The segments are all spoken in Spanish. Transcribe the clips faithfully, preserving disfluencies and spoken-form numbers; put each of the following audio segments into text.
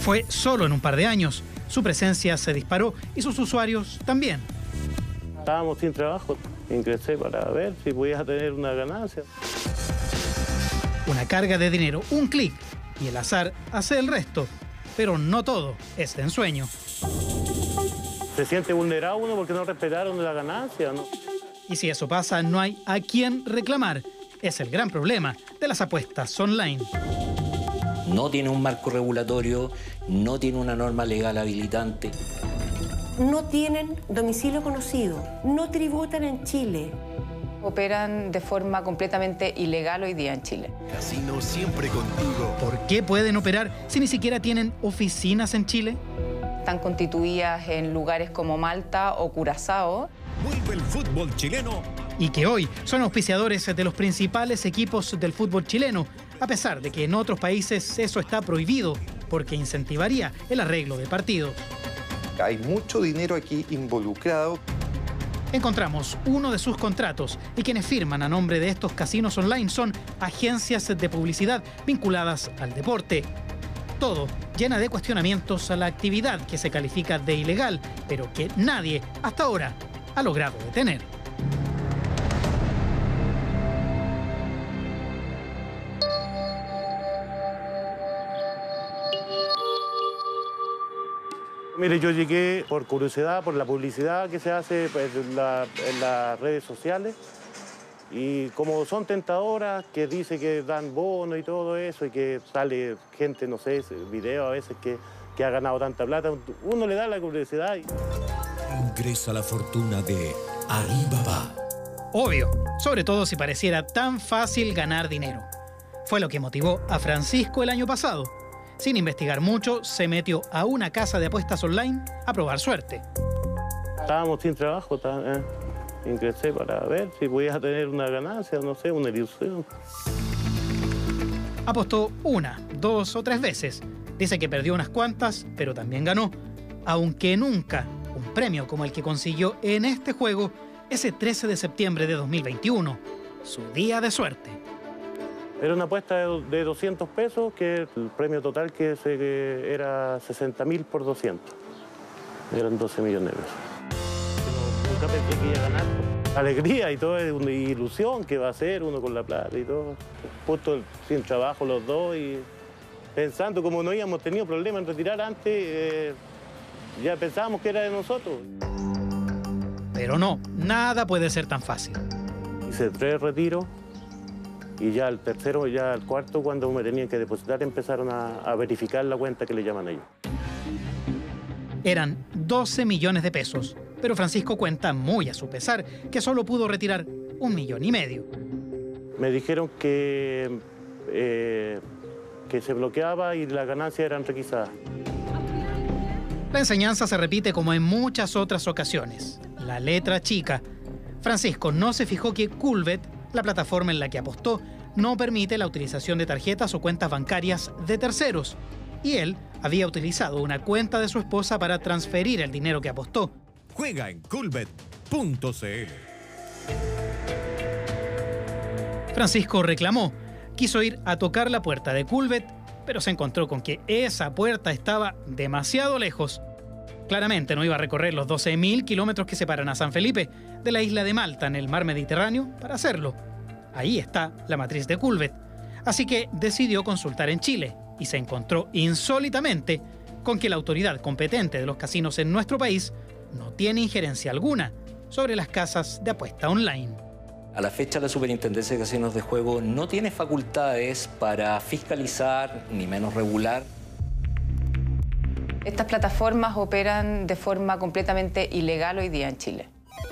Fue solo en un par de años. Su presencia se disparó y sus usuarios también. Estábamos sin trabajo, ingresé para ver si podías tener una ganancia. Una carga de dinero, un clic y el azar hace el resto. Pero no todo es de ensueño. Se siente vulnerado uno porque no respetaron la ganancia, ¿no? Y si eso pasa, no hay a quién reclamar. Es el gran problema de las apuestas online. No tiene un marco regulatorio, no tiene una norma legal habilitante. No tienen domicilio conocido, no tributan en Chile. Operan de forma completamente ilegal hoy día en Chile. Casino siempre contigo. ¿Por qué pueden operar si ni siquiera tienen oficinas en Chile? Están constituidas en lugares como Malta o Curazao. Vuelve el fútbol chileno. Y que hoy son auspiciadores de los principales equipos del fútbol chileno, a pesar de que en otros países eso está prohibido, porque incentivaría el arreglo de partidos. Hay mucho dinero aquí involucrado. Encontramos uno de sus contratos y quienes firman a nombre de estos casinos online son agencias de publicidad vinculadas al deporte. Todo llena de cuestionamientos a la actividad que se califica de ilegal, pero que nadie hasta ahora ha logrado detener. Mire, yo llegué por curiosidad, por la publicidad que se hace en, la, en las redes sociales. Y como son tentadoras, que dice que dan bonos y todo eso, y que sale gente, no sé, video a veces que, que ha ganado tanta plata, uno le da la curiosidad. Y... Ingresa la fortuna de Alibaba. Obvio, sobre todo si pareciera tan fácil ganar dinero. Fue lo que motivó a Francisco el año pasado. Sin investigar mucho, se metió a una casa de apuestas online a probar suerte. Estábamos sin trabajo, eh. ingresé para ver si podía tener una ganancia, no sé, una ilusión. Apostó una, dos o tres veces. Dice que perdió unas cuantas, pero también ganó. Aunque nunca un premio como el que consiguió en este juego ese trece de septiembre de dos mil veintiuno, su día de suerte. Era una apuesta de doscientos pesos, que el premio total que, se, que era sesenta mil por doscientos. Eran doce millones de pesos. Nunca pensé que iba a ganar. Alegría y todo, es una ilusión que va a ser uno con la plata y todo. Justo sin trabajo los dos y pensando, como no habíamos tenido problema en retirar antes, eh, ya pensábamos que era de nosotros. Pero no, nada puede ser tan fácil. Hice tres retiros. Y ya el tercero, ya el cuarto, cuando me tenían que depositar, empezaron a, a verificar la cuenta que le llaman ellos. Eran doce millones de pesos, pero Francisco cuenta muy a su pesar que solo pudo retirar un millón y medio. Me dijeron que, eh, que se bloqueaba y las ganancias eran requisadas. La enseñanza se repite como en muchas otras ocasiones. La letra chica. Francisco no se fijó que Coolbet, la plataforma en la que apostó, no permite la utilización de tarjetas o cuentas bancarias de terceros. Y él había utilizado una cuenta de su esposa para transferir el dinero que apostó. Juega en coolbet punto c l. Francisco reclamó. Quiso ir a tocar la puerta de Coolbet, pero se encontró con que esa puerta estaba demasiado lejos. Claramente no iba a recorrer los doce mil kilómetros que separan a San Felipe de la isla de Malta en el mar Mediterráneo para hacerlo. Ahí está la matriz de Coolbet. Así que decidió consultar en Chile y se encontró insólitamente con que la autoridad competente de los casinos en nuestro país no tiene injerencia alguna sobre las casas de apuesta online. A la fecha, la Superintendencia de Casinos de Juego no tiene facultades para fiscalizar ni menos regular. Estas plataformas operan de forma completamente ilegal hoy día en Chile.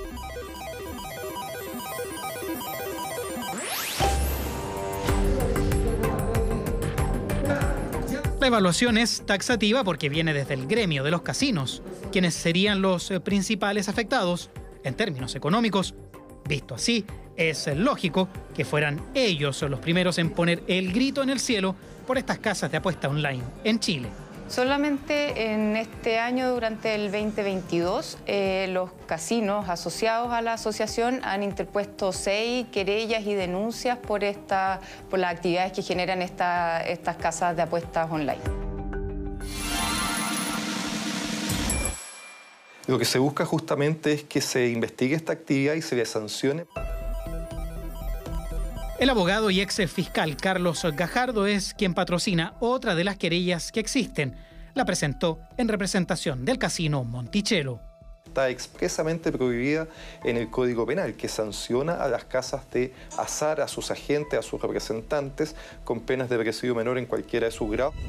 La evaluación es taxativa porque viene desde el gremio de los casinos, quienes serían los principales afectados en términos económicos. Visto así, es lógico que fueran ellos los primeros en poner el grito en el cielo por estas casas de apuesta online en Chile. Solamente en este año, durante el veinte veintidós, eh, los casinos asociados a la asociación han interpuesto seis querellas y denuncias por, esta, por las actividades que generan esta, estas casas de apuestas online. Lo que se busca justamente es que se investigue esta actividad y se le sancione. El abogado y ex fiscal Carlos Gajardo es quien patrocina otra de las querellas que existen. La presentó en representación del casino Monticello. Está expresamente prohibida en el Código Penal, que sanciona a las casas de azar, a sus agentes, a sus representantes, con penas de presidio menor en cualquiera de sus grados.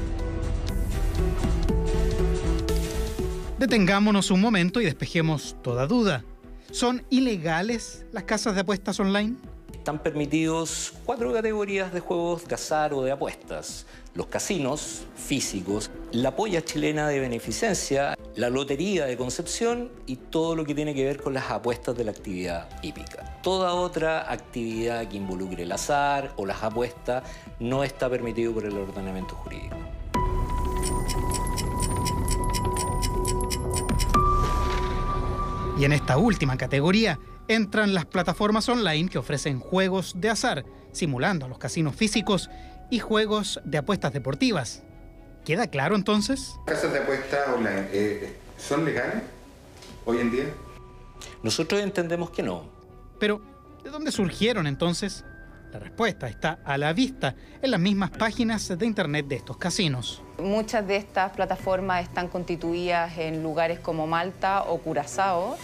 Detengámonos un momento y despejemos toda duda. ¿Son ilegales las casas de apuestas online? Están permitidos cuatro categorías de juegos de azar o de apuestas. Los casinos físicos, la polla chilena de beneficencia, la lotería de Concepción y todo lo que tiene que ver con las apuestas de la actividad hípica. Toda otra actividad que involucre el azar o las apuestas no está permitido por el ordenamiento jurídico. Y en esta última categoría entran las plataformas online que ofrecen juegos de azar, simulando a los casinos físicos y juegos de apuestas deportivas. ¿Queda claro entonces? ¿Las casas de apuestas online eh, son legales hoy en día? Nosotros entendemos que no. Pero, ¿de dónde surgieron entonces? La respuesta está a la vista en las mismas páginas de internet de estos casinos. Muchas de estas plataformas están constituidas en lugares como Malta o Curazao.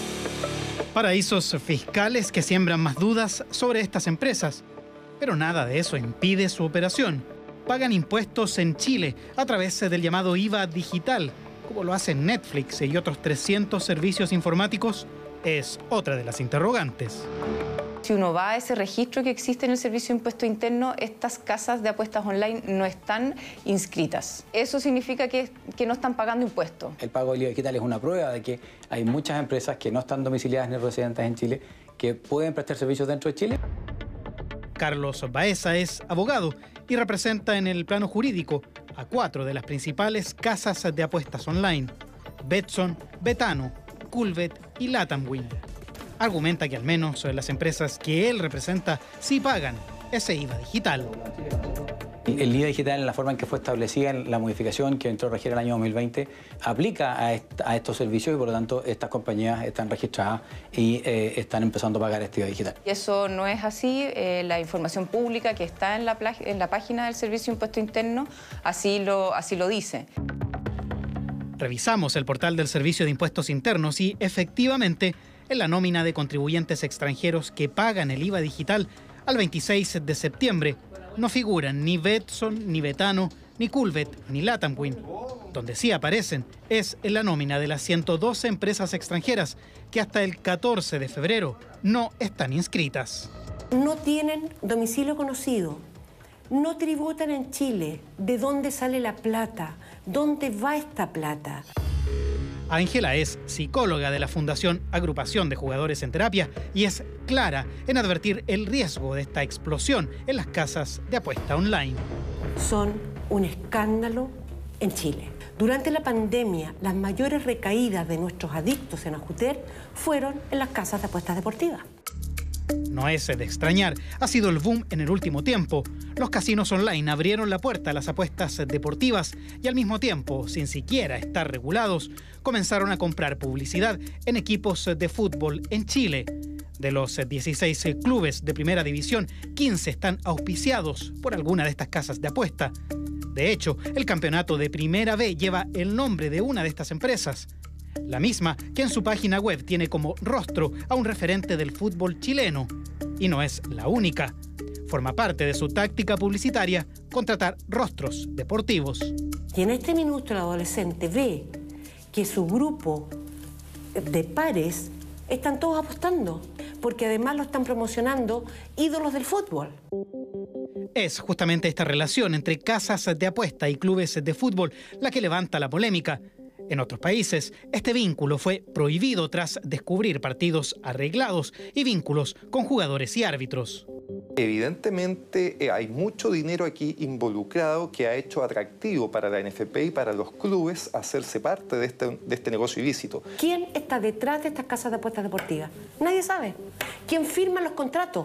Paraísos fiscales que siembran más dudas sobre estas empresas. Pero nada de eso impide su operación. Pagan impuestos en Chile a través del llamado I V A digital, como lo hacen Netflix y otros trescientos servicios informáticos, es otra de las interrogantes. Si uno va a ese registro que existe en el Servicio de Impuesto Interno, estas casas de apuestas online no están inscritas. Eso significa que, que no están pagando impuestos. El pago del I V A digital es una prueba de que hay muchas empresas que no están domiciliadas ni residentes en Chile que pueden prestar servicios dentro de Chile. Carlos Baeza es abogado y representa en el plano jurídico a cuatro de las principales casas de apuestas online: Betson, Betano, Coolbet y Latamwin. Argumenta que al menos las empresas que él representa sí pagan ese I V A digital. El I V A digital, en la forma en que fue establecida en la modificación que entró a regir el año dos mil veinte, aplica a, est a estos servicios y por lo tanto estas compañías están registradas y eh, están empezando a pagar este I V A digital. Y eso no es así. Eh, la información pública que está en la, en la página del Servicio de Impuesto Interno así lo, así lo dice. Revisamos el portal del Servicio de Impuestos Internos y efectivamente en la nómina de contribuyentes extranjeros que pagan el I V A digital al veintiséis de septiembre no figuran ni Betson, ni Betano, ni Coolbet, ni Latamwin. Donde sí aparecen es en la nómina de las ciento doce empresas extranjeras que hasta el catorce de febrero no están inscritas. No tienen domicilio conocido, no tributan en Chile. ¿De dónde sale la plata? ¿Dónde va esta plata? Ángela es psicóloga de la Fundación Agrupación de Jugadores en Terapia y es clara en advertir el riesgo de esta explosión en las casas de apuesta online. Son un escándalo en Chile. Durante la pandemia, las mayores recaídas de nuestros adictos en Ajuter fueron en las casas de apuestas deportivas. No es de extrañar, ha sido el boom en el último tiempo. Los casinos online abrieron la puerta a las apuestas deportivas y al mismo tiempo, sin siquiera estar regulados, comenzaron a comprar publicidad en equipos de fútbol en Chile. De los dieciséis clubes de primera división, quince están auspiciados por alguna de estas casas de apuesta. De hecho, el campeonato de Primera B lleva el nombre de una de estas empresas. La misma que en su página web tiene como rostro a un referente del fútbol chileno. Y no es la única. Forma parte de su táctica publicitaria contratar rostros deportivos. Y en este minuto el adolescente ve que su grupo de pares están todos apostando, porque además lo están promocionando ídolos del fútbol. Es justamente esta relación entre casas de apuesta y clubes de fútbol la que levanta la polémica. En otros países, este vínculo fue prohibido tras descubrir partidos arreglados y vínculos con jugadores y árbitros. Evidentemente eh, hay mucho dinero aquí involucrado que ha hecho atractivo para la N F P y para los clubes hacerse parte de este, de este negocio ilícito. ¿Quién está detrás de estas casas de apuestas deportivas? Nadie sabe. ¿Quién firma los contratos?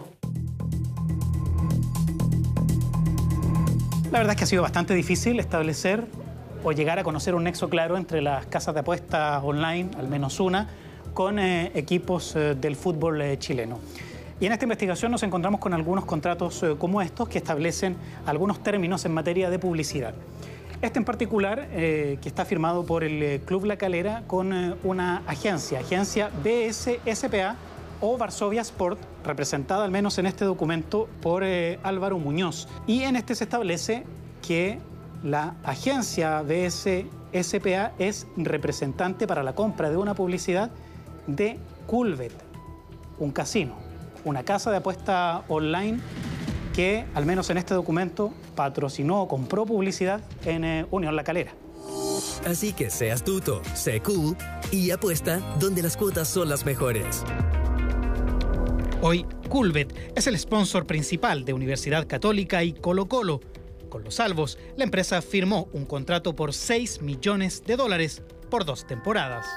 La verdad es que ha sido bastante difícil establecer o llegar a conocer un nexo claro entre las casas de apuestas online, al menos una, con eh, equipos eh, del fútbol eh, chileno. Y en esta investigación nos encontramos con algunos contratos eh, como estos que establecen algunos términos en materia de publicidad. Este en particular, eh, que está firmado por el eh, Club La Calera con eh, una agencia, agencia B S S P A o Varsovia Sport, representada al menos en este documento por eh, Álvaro Muñoz. Y en este se establece que la agencia B S S P A es representante para la compra de una publicidad de Coolbet, un casino, una casa de apuesta online que, al menos en este documento, patrocinó o compró publicidad en eh, Unión La Calera. Así que sé astuto, sé cool y apuesta donde las cuotas son las mejores. Hoy, Coolbet es el sponsor principal de Universidad Católica y Colo-Colo. Con los salvos, la empresa firmó un contrato por seis millones de dólares por dos temporadas.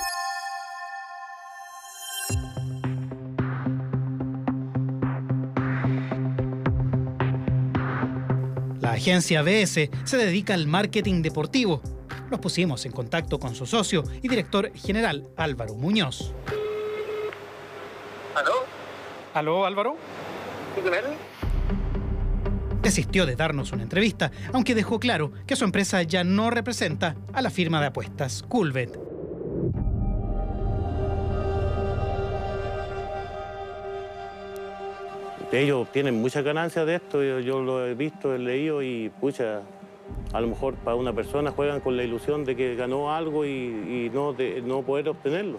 La agencia B S se dedica al marketing deportivo. Nos pusimos en contacto con su socio y director general, Álvaro Muñoz. ¿Aló? ¿Aló, Álvaro? ¿Sí con él? Desistió de darnos una entrevista, aunque dejó claro que su empresa ya no representa a la firma de apuestas Coolbet. Ellos tienen muchas ganancias de esto, yo, yo lo he visto, he leído y pucha, a lo mejor para una persona juegan con la ilusión de que ganó algo y, y no, de, no poder obtenerlo.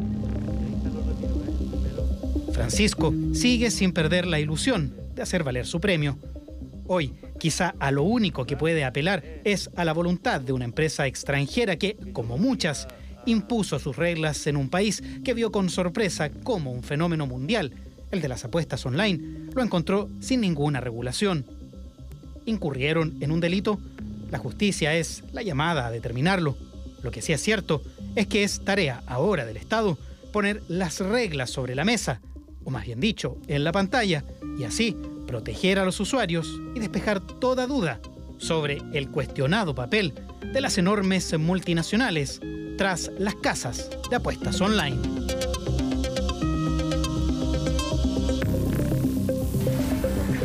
Francisco sigue sin perder la ilusión de hacer valer su premio. Hoy, quizá a lo único que puede apelar es a la voluntad de una empresa extranjera que, como muchas, impuso sus reglas en un país que vio con sorpresa cómo un fenómeno mundial, el de las apuestas online, lo encontró sin ninguna regulación. ¿Incurrieron en un delito? La justicia es la llamada a determinarlo. Lo que sí es cierto es que es tarea ahora del Estado poner las reglas sobre la mesa, o más bien dicho, en la pantalla, y así proteger a los usuarios y despejar toda duda sobre el cuestionado papel de las enormes multinacionales tras las casas de apuestas online.